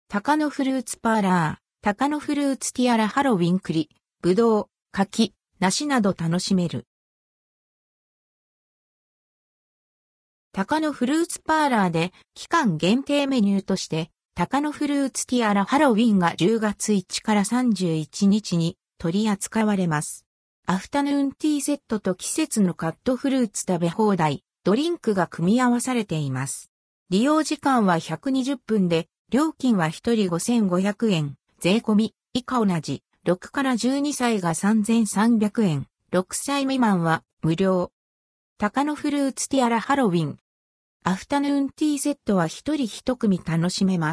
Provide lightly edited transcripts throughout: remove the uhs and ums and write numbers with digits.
高野フルーツパーラー、高野フルーツティアラハロウィン栗、ぶどう、柿、梨など楽しめる。高野フルーツパーラーで期間限定メニューとして、高野フルーツティアラハロウィンが10月1から31日に取り扱われます。アフタヌーンティーセットと季節のカットフルーツ食べ放題、ドリンクが組み合わされています。利用時間は120分で、料金は1人5500円、税込み、以下同じ、6から12歳が3300円、6歳未満は無料。高野フルーツティアラハロウィン。アフタヌーンティーセットは1人1組楽しめます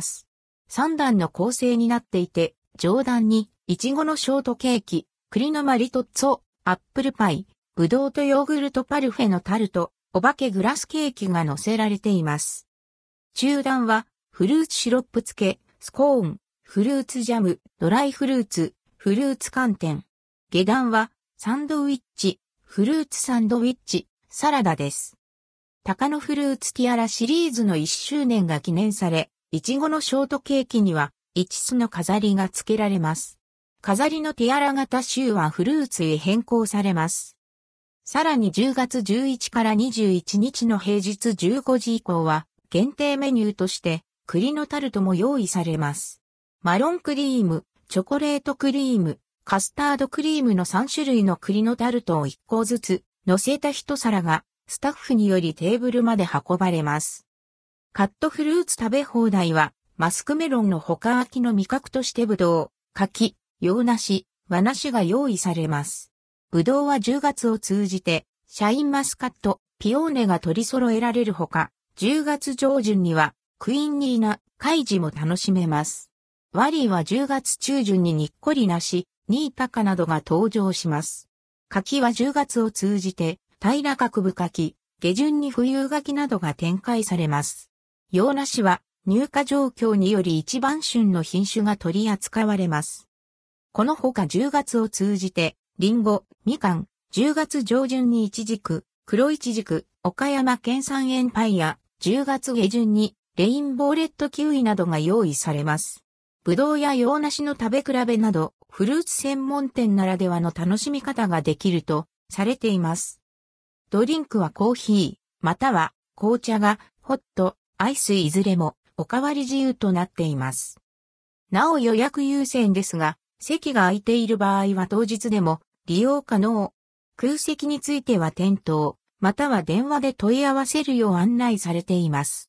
。3段の構成になっていて、上段に、いちごのショートケーキ、栗のマリトッツォ、アップルパイ、ぶどうとヨーグルトパルフェのタルト、お化けグラスケーキが乗せられています。中段は、フルーツシロップ漬け、スコーン、フルーツジャム、ドライフルーツ、フルーツ寒天。下段は、サンドウィッチ、フルーツサンドウィッチ、サラダです。高野フルーツティアラシリーズの1周年が記念され、いちごのショートケーキには、5つの飾りが付けられます。飾りのティアラ型シューはフルーツへ変更されます。さらに10月11から21日の平日15時以降は、限定メニューとして、栗のタルトも用意されます。マロンクリーム、チョコレートクリーム、カスタードクリームの3種類の栗のタルトを1個ずつ乗せた一皿がスタッフによりテーブルまで運ばれます。カットフルーツ食べ放題はマスクメロンの他秋の味覚としてぶどう、柿、洋梨、和梨が用意されます。ぶどうは10月を通じてシャインマスカット、ピオーネが取り揃えられるほか、10月上旬にはクイーンニーナ、カイジも楽しめます。ワリーは10月中旬ににっこり梨、ニータカなどが登場します。柿は10月を通じて平角部柿、下旬に冬柿などが展開されます。洋梨は入荷状況により一番旬の品種が取り扱われます。このほか10月を通じてリンゴ、みかん、10月上旬にイチジク、黒イチジク、岡山県産塩パイや10月下旬にレインボーレッドキウイなどが用意されます。ぶどうや洋梨の食べ比べなどフルーツ専門店ならではの楽しみ方ができるとされています。ドリンクはコーヒー、または紅茶がホット、アイスいずれもおかわり自由となっています。なお予約優先ですが、席が空いている場合は当日でも利用可能。空席については店頭、または電話で問い合わせるよう案内されています。